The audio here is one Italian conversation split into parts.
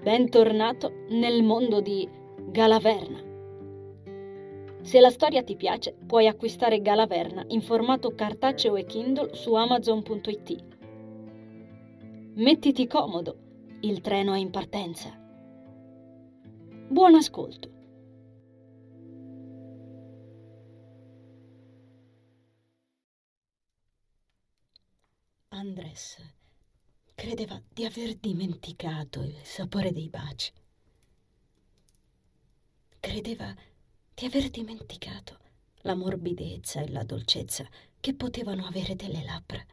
Bentornato nel mondo di Galaverna. Se la storia ti piace, puoi acquistare Galaverna in formato cartaceo e Kindle su Amazon.it. Mettiti comodo, il treno è in partenza. Buon ascolto. Andres credeva di aver dimenticato il sapore dei baci. Credeva di aver dimenticato la morbidezza e la dolcezza che potevano avere delle labbra.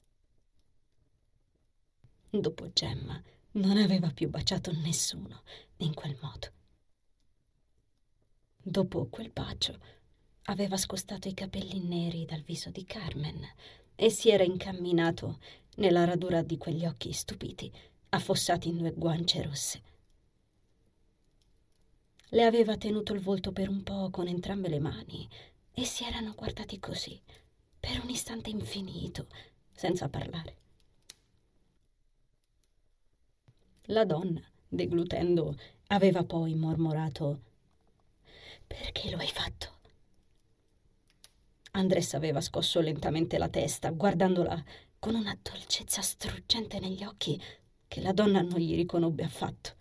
Dopo Gemma non aveva più baciato nessuno in quel modo. Dopo quel bacio aveva scostato i capelli neri dal viso di Carmen e si era incamminato nella radura di quegli occhi stupiti, affossati in 2 guance rosse. Le aveva tenuto il volto per un po' con entrambe le mani e si erano guardati così, per un istante infinito, senza parlare. La donna, deglutendo, aveva poi mormorato: «Perché lo hai fatto?» Andres aveva scosso lentamente la testa, guardandola con una dolcezza struggente negli occhi che la donna non gli riconobbe affatto.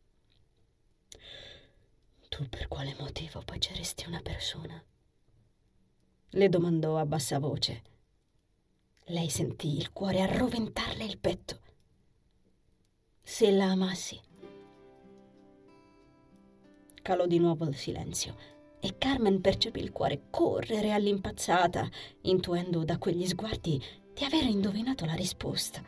«Tu per quale motivo baceresti una persona?» le domandò a bassa voce. Lei sentì il cuore arroventarle il petto. «Se la amassi». Calò di nuovo il silenzio e Carmen percepì il cuore correre all'impazzata, intuendo da quegli sguardi di aver indovinato la risposta.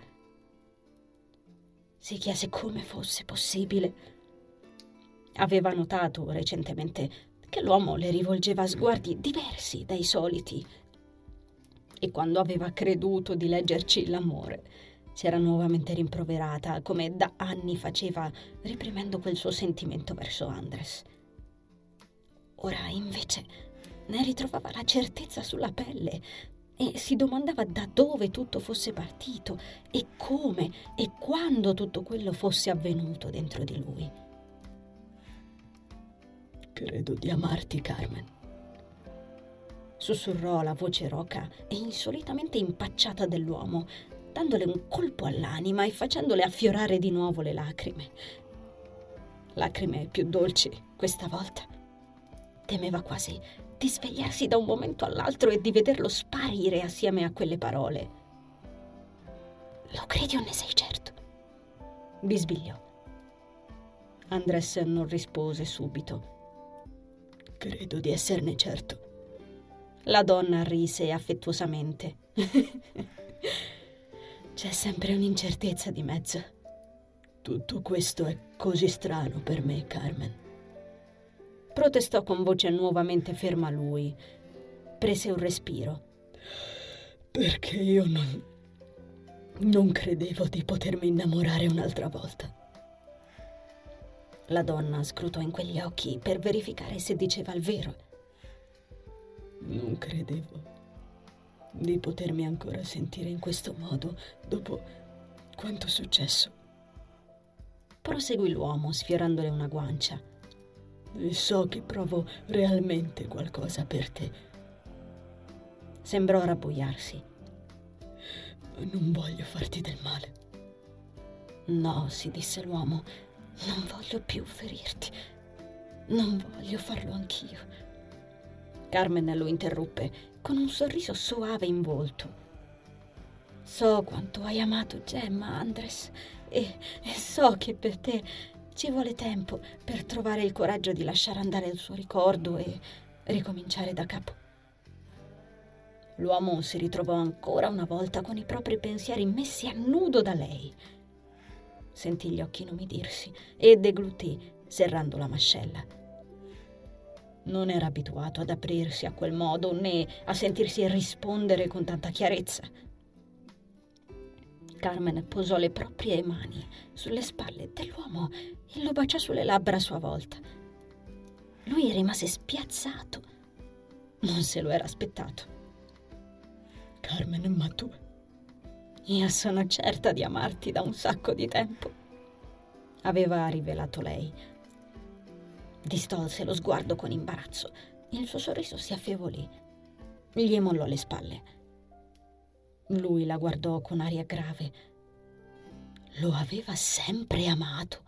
Si chiese come fosse possibile. Aveva notato recentemente che l'uomo le rivolgeva sguardi diversi dai soliti e quando aveva creduto di leggerci l'amore si era nuovamente rimproverata, come da anni faceva, reprimendo quel suo sentimento verso Andres. Ora invece ne ritrovava la certezza sulla pelle e si domandava da dove tutto fosse partito e come e quando tutto quello fosse avvenuto dentro di lui. «Credo di amarti, Carmen», sussurrò la voce roca e insolitamente impacciata dell'uomo, dandole un colpo all'anima e facendole affiorare di nuovo le lacrime. Lacrime più dolci questa volta. Temeva quasi di svegliarsi da un momento all'altro e di vederlo sparire assieme a quelle parole. «Lo credi o ne sei certo?» bisbigliò. Andres non rispose subito. «Credo di esserne certo». La donna rise affettuosamente. «C'è sempre un'incertezza di mezzo. Tutto questo è così strano per me, Carmen», protestò con voce nuovamente ferma lui. Prese un respiro. «Perché io non credevo di potermi innamorare un'altra volta». La donna scrutò in quegli occhi per verificare se diceva il vero. «Non credevo di potermi ancora sentire in questo modo dopo quanto è successo», proseguì l'uomo sfiorandole una guancia. «E so che provo realmente qualcosa per te». Sembrò rabbuiarsi. «Non voglio farti del male». «No», si disse l'uomo, «non voglio più ferirti. Non voglio farlo anch'io». Carmen lo interruppe con un sorriso soave in volto. «So quanto hai amato Gemma, Andres, e so che per te ci vuole tempo per trovare il coraggio di lasciare andare il suo ricordo e ricominciare da capo». L'uomo si ritrovò ancora una volta con i propri pensieri messi a nudo da lei. Sentì gli occhi inumidirsi e deglutì, serrando la mascella. Non era abituato ad aprirsi a quel modo né a sentirsi rispondere con tanta chiarezza. Carmen posò le proprie mani sulle spalle dell'uomo e lo baciò sulle labbra a sua volta. Lui rimase spiazzato. Non se lo era aspettato. «Carmen, ma tu...» «Io sono certa di amarti da un sacco di tempo». aveva rivelato lei. Distolse lo sguardo con imbarazzo. Il suo sorriso si affievolì. Gli mollò le spalle. Lui la guardò con aria grave. Lo aveva sempre amato.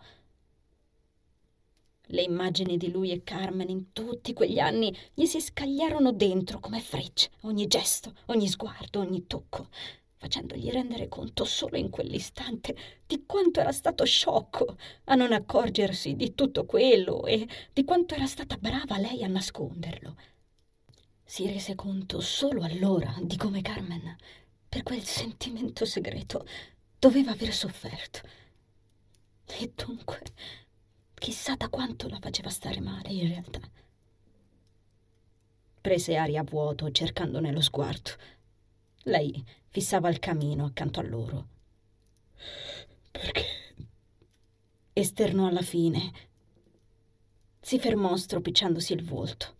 Le immagini di lui e Carmen in tutti quegli anni gli si scagliarono dentro come frecce, ogni gesto, ogni sguardo, ogni tocco, facendogli rendere conto solo in quell'istante di quanto era stato sciocco a non accorgersi di tutto quello e di quanto era stata brava lei a nasconderlo. Si rese conto solo allora di come Carmen, per quel sentimento segreto, doveva aver sofferto. E dunque, chissà da quanto la faceva stare male in realtà. Prese aria a vuoto cercandone lo sguardo. Lei fissava il camino accanto a loro. Perché? Esternò alla fine. Si fermò stropicciandosi il volto.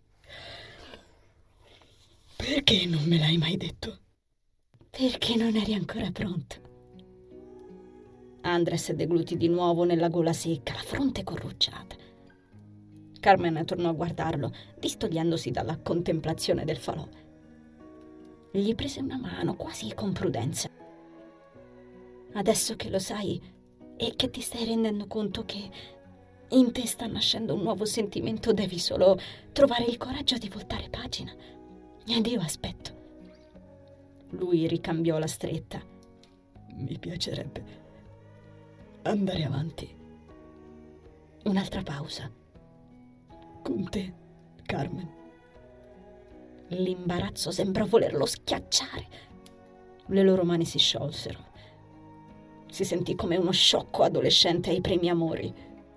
Perché non me l'hai mai detto? Perché non eri ancora pronto. Andres deglutì di nuovo nella gola secca, la fronte corrucciata. Carmen tornò a guardarlo, distogliendosi dalla contemplazione del falò. Gli prese una mano, quasi con prudenza. Adesso che lo sai e che ti stai rendendo conto che in te sta nascendo un nuovo sentimento, devi solo trovare il coraggio di voltare pagina. Ed io aspetto. Lui ricambiò la stretta. Mi piacerebbe andare avanti. Un'altra pausa. Con te, Carmen. L'imbarazzo sembrò volerlo schiacciare. Le loro mani si sciolsero. Si sentì come uno sciocco adolescente ai primi amori.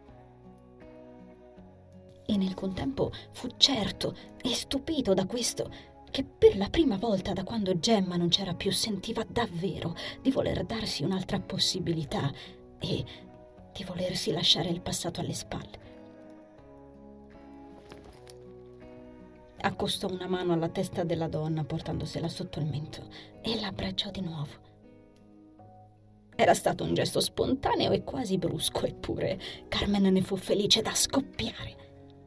E nel contempo fu certo e stupito da questo che per la prima volta da quando Gemma non c'era più sentiva davvero di voler darsi un'altra possibilità e di volersi lasciare il passato alle spalle. Accostò una mano alla testa della donna portandosela sotto il mento e l'abbracciò di nuovo. Era stato un gesto spontaneo e quasi brusco, eppure Carmen ne fu felice da scoppiare.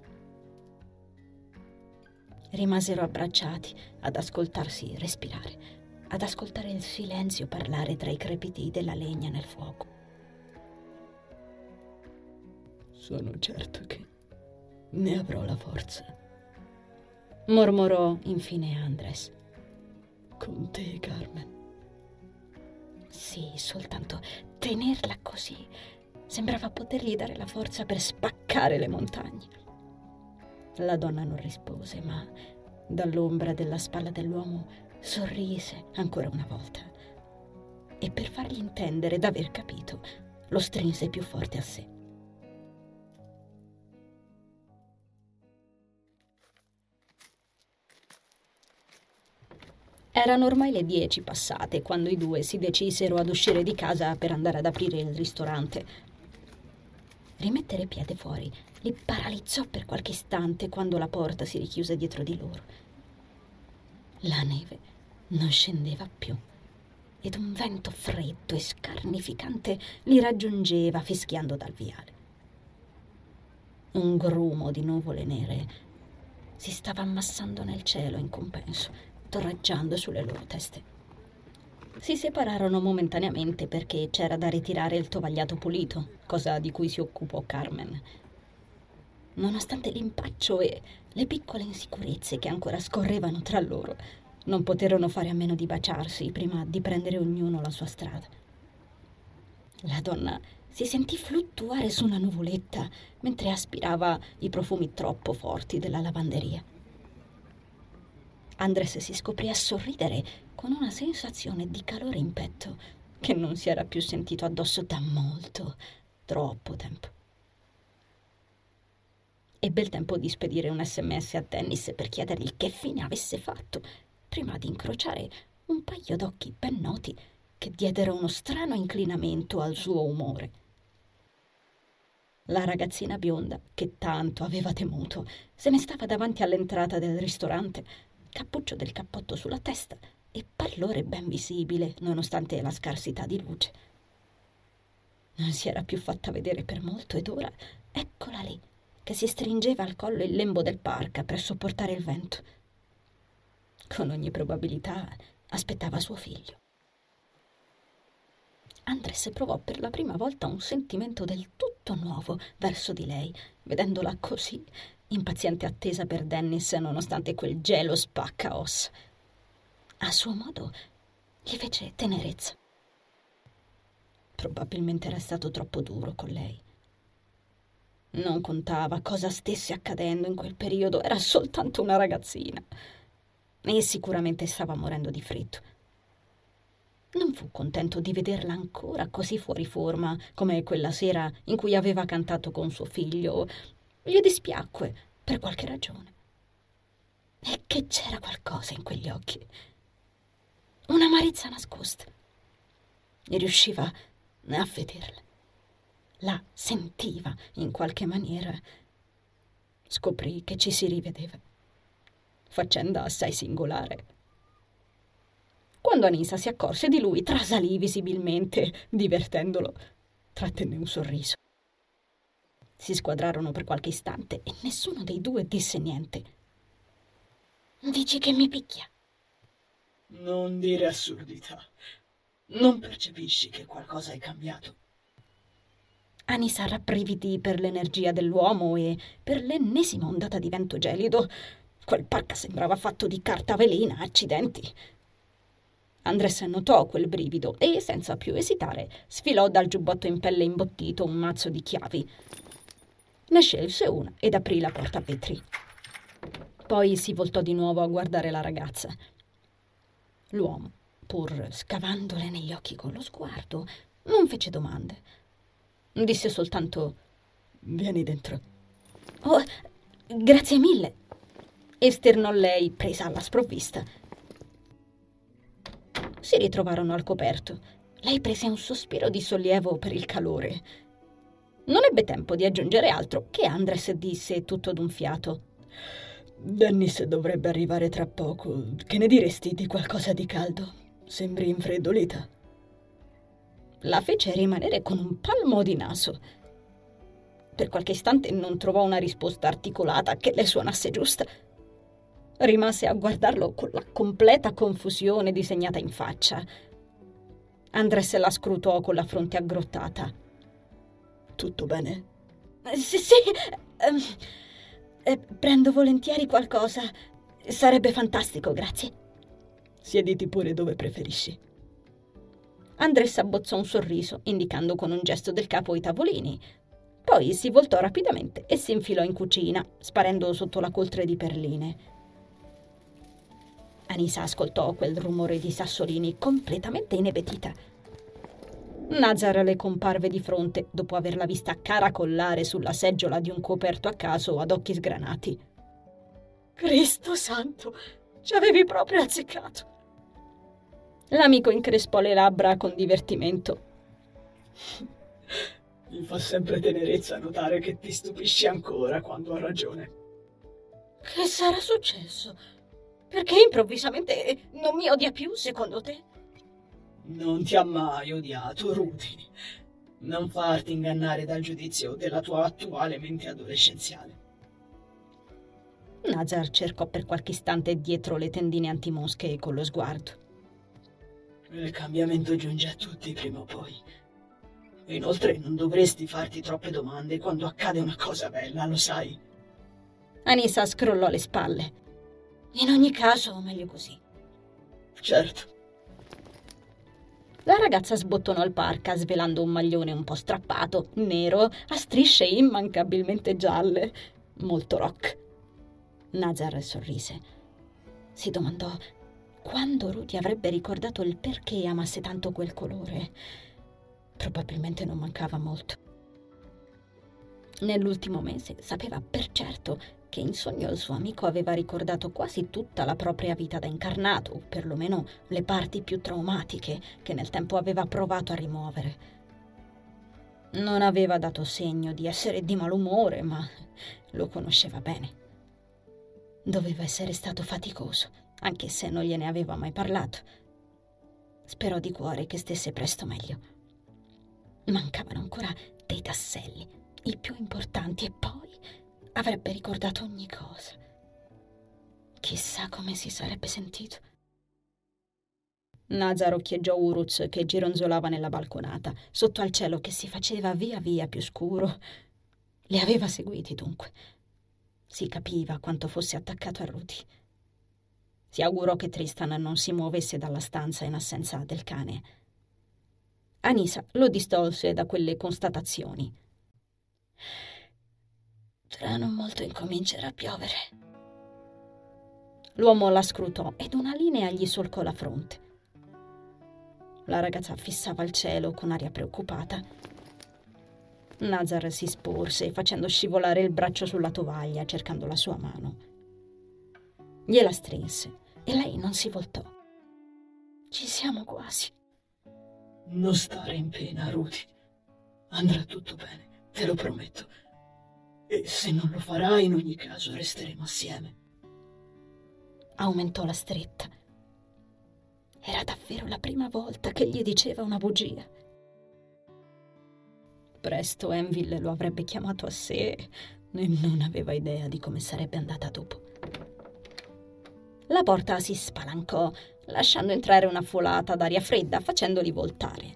Rimasero abbracciati ad ascoltarsi respirare, ad ascoltare il silenzio parlare tra i crepiti della legna nel fuoco. Sono certo che ne avrò la forza, mormorò infine Andres. Con te, Carmen. Sì, soltanto tenerla così sembrava potergli dare la forza per spaccare le montagne. La donna non rispose, ma dall'ombra della spalla dell'uomo sorrise ancora una volta e per fargli intendere d'aver capito lo strinse più forte a sé. Erano ormai le 10 passate quando i due si decisero ad uscire di casa per andare ad aprire il ristorante. Rimettere piede fuori li paralizzò per qualche istante quando la porta si richiuse dietro di loro. La neve non scendeva più ed un vento freddo e scarnificante li raggiungeva fischiando dal viale. Un grumo di nuvole nere si stava ammassando nel cielo in compenso, torreggiando sulle loro teste. Si separarono momentaneamente perché c'era da ritirare il tovagliato pulito, cosa di cui si occupò Carmen. Nonostante l'impaccio e le piccole insicurezze che ancora scorrevano tra loro, non poterono fare a meno di baciarsi prima di prendere ognuno la sua strada. La donna si sentì fluttuare su una nuvoletta mentre aspirava i profumi troppo forti della lavanderia. Andres si scoprì a sorridere con una sensazione di calore in petto che non si era più sentito addosso da molto, troppo tempo. Ebbe il tempo di spedire un SMS a Dennis per chiedergli che fine avesse fatto, prima di incrociare un paio d'occhi ben noti che diedero uno strano inclinamento al suo umore. La ragazzina bionda, che tanto aveva temuto, se ne stava davanti all'entrata del ristorante, cappuccio del cappotto sulla testa e pallore ben visibile nonostante la scarsità di luce. Non si era più fatta vedere per molto ed ora eccola lì, che si stringeva al collo il lembo del parca per sopportare il vento. Con ogni probabilità aspettava suo figlio. Andres provò per la prima volta un sentimento del tutto nuovo verso di lei, vedendola così, in paziente attesa per Dennis, nonostante quel gelo spaccaossa. A suo modo gli fece tenerezza. Probabilmente era stato troppo duro con lei. Non contava cosa stesse accadendo in quel periodo, era soltanto una ragazzina e sicuramente stava morendo di freddo. Non fu contento di vederla ancora così fuori forma come quella sera in cui aveva cantato con suo figlio. Gli dispiacque per qualche ragione. E che c'era qualcosa in quegli occhi, un'amarezza nascosta. E riusciva a vederla. La sentiva in qualche maniera. Scoprì che ci si rivedeva. Faccenda assai singolare. Quando Anisa si accorse di lui, trasalì visibilmente, divertendolo. Trattenne un sorriso. Si squadrarono per qualche istante e nessuno dei due disse niente. «Dici che mi picchia?» Non dire assurdità. Non percepisci che qualcosa è cambiato? Anisa rabbrividì per l'energia dell'uomo e per l'ennesima ondata di vento gelido. Quel parca sembrava fatto di carta velina, accidenti. Andres notò quel brivido e, senza più esitare, sfilò dal giubbotto in pelle imbottito un mazzo di chiavi. Ne scelse una ed aprì la porta a vetri. Poi si voltò di nuovo a guardare la ragazza. L'uomo, pur scavandole negli occhi con lo sguardo, non fece domande. Disse soltanto: «Vieni dentro». «Oh, grazie mille», esternò lei, presa alla sprovvista. Si ritrovarono al coperto. Lei prese un sospiro di sollievo per il calore. Non ebbe tempo di aggiungere altro che Andres disse tutto d'un fiato: «Dennis dovrebbe arrivare tra poco. Che ne diresti di qualcosa di caldo? Sembri infreddolita». La fece rimanere con un palmo di naso. Per qualche istante non trovò una risposta articolata che le suonasse giusta. Rimase a guardarlo con la completa confusione disegnata in faccia. Andres la scrutò con la fronte aggrottata. «Tutto bene?» Sì, prendo volentieri qualcosa. Sarebbe fantastico, grazie». «Siediti pure dove preferisci». Andres abbozzò un sorriso, indicando con un gesto del capo i tavolini. Poi si voltò rapidamente e si infilò in cucina, sparendo sotto la coltre di perline. Anisa ascoltò quel rumore di sassolini completamente inebetita. Nazar le comparve di fronte dopo averla vista caracollare sulla seggiola di un coperto a caso ad occhi sgranati. «Cristo santo, ci avevi proprio azzeccato!» L'amico increspò le labbra con divertimento. «Mi fa sempre tenerezza notare che ti stupisci ancora quando ho ragione». «Che sarà successo? Perché improvvisamente non mi odia più, secondo te?» «Non ti ha mai odiato, Rudy. Non farti ingannare dal giudizio della tua attuale mente adolescenziale». Nazar cercò per qualche istante dietro le tendine antimosche con lo sguardo. «Il cambiamento giunge a tutti prima o poi. Inoltre non dovresti farti troppe domande quando accade una cosa bella, lo sai». Anisa scrollò le spalle. «In ogni caso, meglio così». «Certo». La ragazza sbottonò il parka, svelando un maglione un po' strappato, nero, a strisce immancabilmente gialle. Molto rock. Nazar sorrise. Si domandò quando Rudy avrebbe ricordato il perché amasse tanto quel colore. Probabilmente non mancava molto. Nell'ultimo mese sapeva per certo che in sogno il suo amico aveva ricordato quasi tutta la propria vita da incarnato, o perlomeno le parti più traumatiche che nel tempo aveva provato a rimuovere. Non aveva dato segno di essere di malumore, ma lo conosceva bene. Doveva essere stato faticoso, anche se non gliene aveva mai parlato. Sperò di cuore che stesse presto meglio. Mancavano ancora dei tasselli, i più importanti, e poi avrebbe ricordato ogni cosa. Chissà come si sarebbe sentito. Nazar occhieggiò Uruz che gironzolava nella balconata, sotto al cielo che si faceva via via più scuro. Li aveva seguiti, dunque. Si capiva quanto fosse attaccato a Rudy. Si augurò che Tristan non si muovesse dalla stanza in assenza del cane. Anisa lo distolse da quelle constatazioni. Tra non molto incomincerà a piovere. L'uomo la scrutò ed una linea gli solcò la fronte. La ragazza fissava il cielo con aria preoccupata. Nazar si sporse, facendo scivolare il braccio sulla tovaglia, cercando la sua mano. Gliela strinse e lei non si voltò. Ci siamo quasi. Non stare in pena, Rudy. Andrà tutto bene, te lo prometto. E se non lo farai, in ogni caso resteremo assieme. Aumentò la stretta. Era davvero la prima volta che gli diceva una bugia. Presto Enville lo avrebbe chiamato a sé e non aveva idea di come sarebbe andata dopo. La porta si spalancò, lasciando entrare una folata d'aria fredda, facendoli voltare.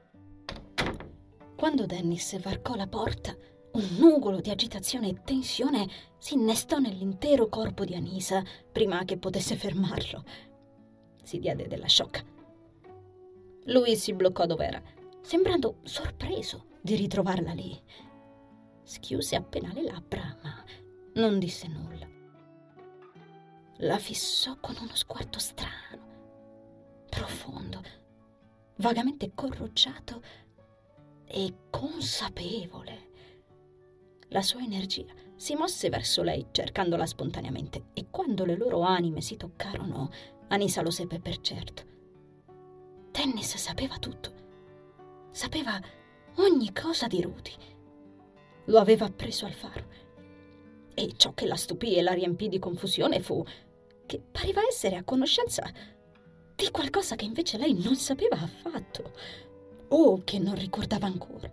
Quando Dennis varcò la porta, un nugolo di agitazione e tensione si innestò nell'intero corpo di Anisa prima che potesse fermarlo. Si diede della sciocca. Lui si bloccò dov'era, sembrando sorpreso di ritrovarla lì. Schiuse appena le labbra, ma non disse nulla. La fissò con uno sguardo strano, profondo, vagamente corrocciato e consapevole. La sua energia si mosse verso lei, cercandola spontaneamente, e quando le loro anime si toccarono, Anisa lo seppe per certo. Dennis sapeva tutto. Sapeva ogni cosa di Rudy. Lo aveva appreso al faro. E ciò che la stupì e la riempì di confusione fu che pareva essere a conoscenza di qualcosa che invece lei non sapeva affatto, o che non ricordava ancora.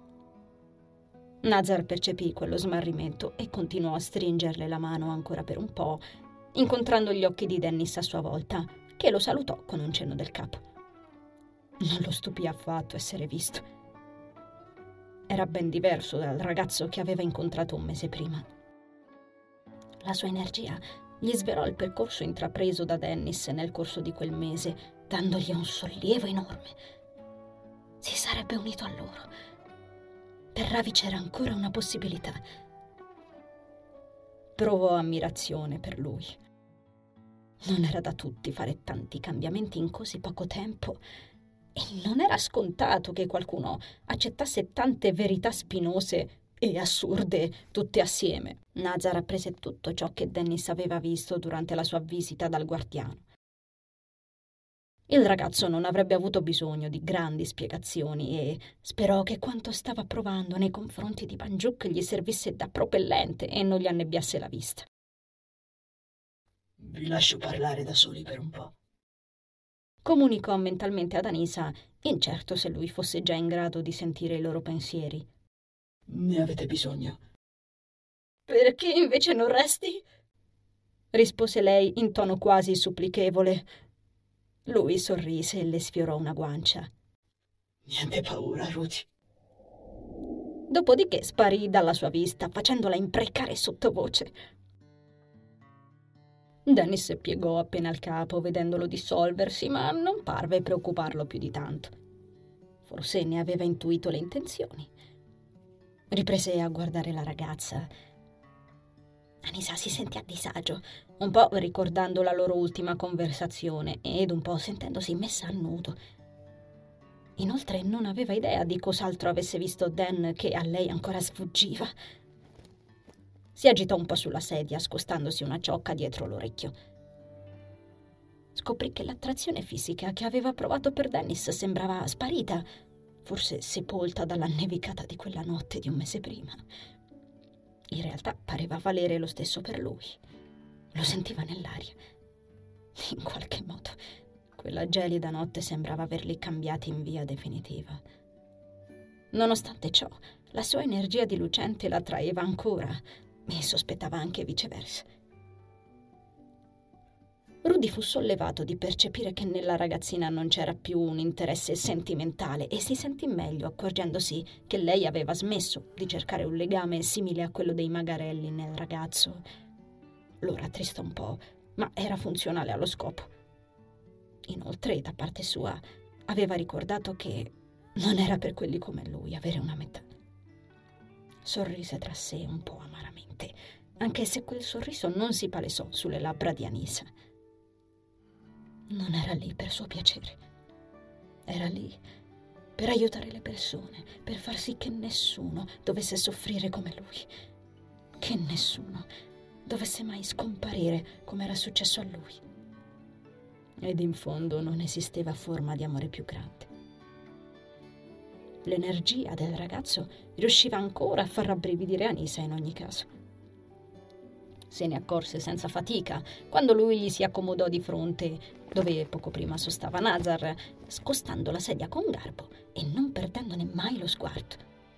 Nazar percepì quello smarrimento e continuò a stringerle la mano ancora per un po', incontrando gli occhi di Dennis a sua volta, che lo salutò con un cenno del capo. Non lo stupì affatto essere visto. Era ben diverso dal ragazzo che aveva incontrato un mese prima. La sua energia gli svelò il percorso intrapreso da Dennis nel corso di quel mese, dandogli un sollievo enorme. Si sarebbe unito a loro. Per Ravi c'era ancora una possibilità. Provò ammirazione per lui. Non era da tutti fare tanti cambiamenti in così poco tempo, e non era scontato che qualcuno accettasse tante verità spinose e assurde tutte assieme. Nazar apprese tutto ciò che Dennis aveva visto durante la sua visita dal guardiano. Il ragazzo non avrebbe avuto bisogno di grandi spiegazioni e sperò che quanto stava provando nei confronti di Banjuk gli servisse da propellente e non gli annebbiasse la vista. Vi lascio parlare da soli per un po'. Comunicò mentalmente ad Anisa, incerto se lui fosse già in grado di sentire i loro pensieri. Ne avete bisogno? Perché invece non resti? Rispose lei in tono quasi supplichevole. Lui sorrise e le sfiorò una guancia. Niente paura, Rudy. Dopodiché sparì dalla sua vista, facendola imprecare sottovoce. Dennis piegò appena il capo, vedendolo dissolversi, ma non parve preoccuparlo più di tanto. Forse ne aveva intuito le intenzioni. Riprese a guardare la ragazza. Anisa si sentì a disagio, un po' ricordando la loro ultima conversazione ed un po' sentendosi messa a nudo. Inoltre non aveva idea di cos'altro avesse visto Dan che a lei ancora sfuggiva. Si agitò un po' sulla sedia, scostandosi una ciocca dietro l'orecchio. Scoprì che l'attrazione fisica che aveva provato per Dennis sembrava sparita, forse sepolta dalla nevicata di quella notte di un mese prima. In realtà pareva valere lo stesso per lui. Lo sentiva nell'aria. In qualche modo, quella gelida notte sembrava averli cambiati in via definitiva. Nonostante ciò, la sua energia di lucente la attraeva ancora e sospettava anche viceversa. Rudy fu sollevato di percepire che nella ragazzina non c'era più un interesse sentimentale e si sentì meglio accorgendosi che lei aveva smesso di cercare un legame simile a quello dei magarelli nel ragazzo. Lo rattristò un po', ma era funzionale allo scopo. Inoltre, da parte sua, aveva ricordato che non era per quelli come lui avere una metà. Sorrise tra sé un po' amaramente, anche se quel sorriso non si palesò sulle labbra di Anisa. Non era lì per suo piacere. Era lì per aiutare le persone, per far sì che nessuno dovesse soffrire come lui, che nessuno dovesse mai scomparire come era successo a lui. Ed in fondo non esisteva forma di amore più grande. L'energia del ragazzo riusciva ancora a far rabbrividire Anisa in ogni caso. Se ne accorse senza fatica quando lui gli si accomodò di fronte, dove poco prima sostava Nazar, scostando la sedia con garbo e non perdendone mai lo sguardo.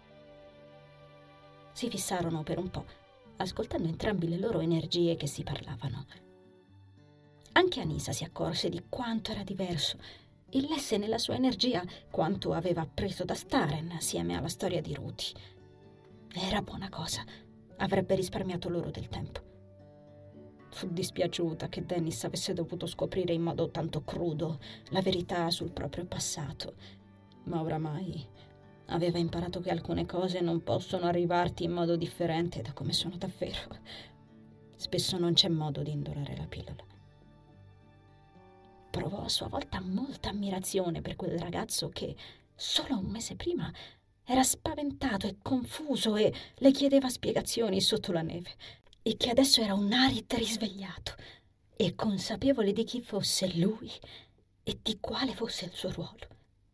Si fissarono per un po', ascoltando entrambi le loro energie che si parlavano. Anche Anisa si accorse di quanto era diverso e lesse nella sua energia quanto aveva appreso da Staren assieme alla storia di Rudy. Era buona cosa, avrebbe risparmiato loro del tempo. Fu dispiaciuta che Dennis avesse dovuto scoprire in modo tanto crudo la verità sul proprio passato, ma oramai aveva imparato che alcune cose non possono arrivarti in modo differente da come sono davvero. Spesso non c'è modo di indorare la pillola. Provò a sua volta molta ammirazione per quel ragazzo che, solo un mese prima, era spaventato e confuso e le chiedeva spiegazioni sotto la neve, e che adesso era un Arit risvegliato e consapevole di chi fosse lui e di quale fosse il suo ruolo.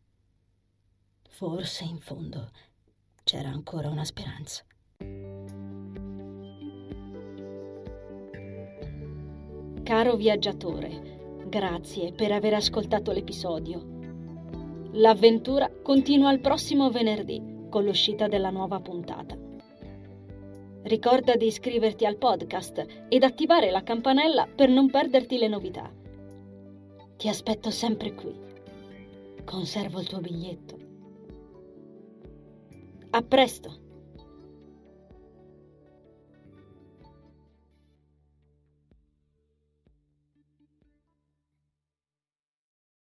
Forse in fondo c'era ancora una speranza. Caro viaggiatore, grazie per aver ascoltato l'episodio. L'avventura continua il prossimo venerdì con l'uscita della nuova puntata. Ricorda di iscriverti al podcast ed attivare la campanella per non perderti le novità. Ti aspetto sempre qui. Conservo il tuo biglietto. A presto!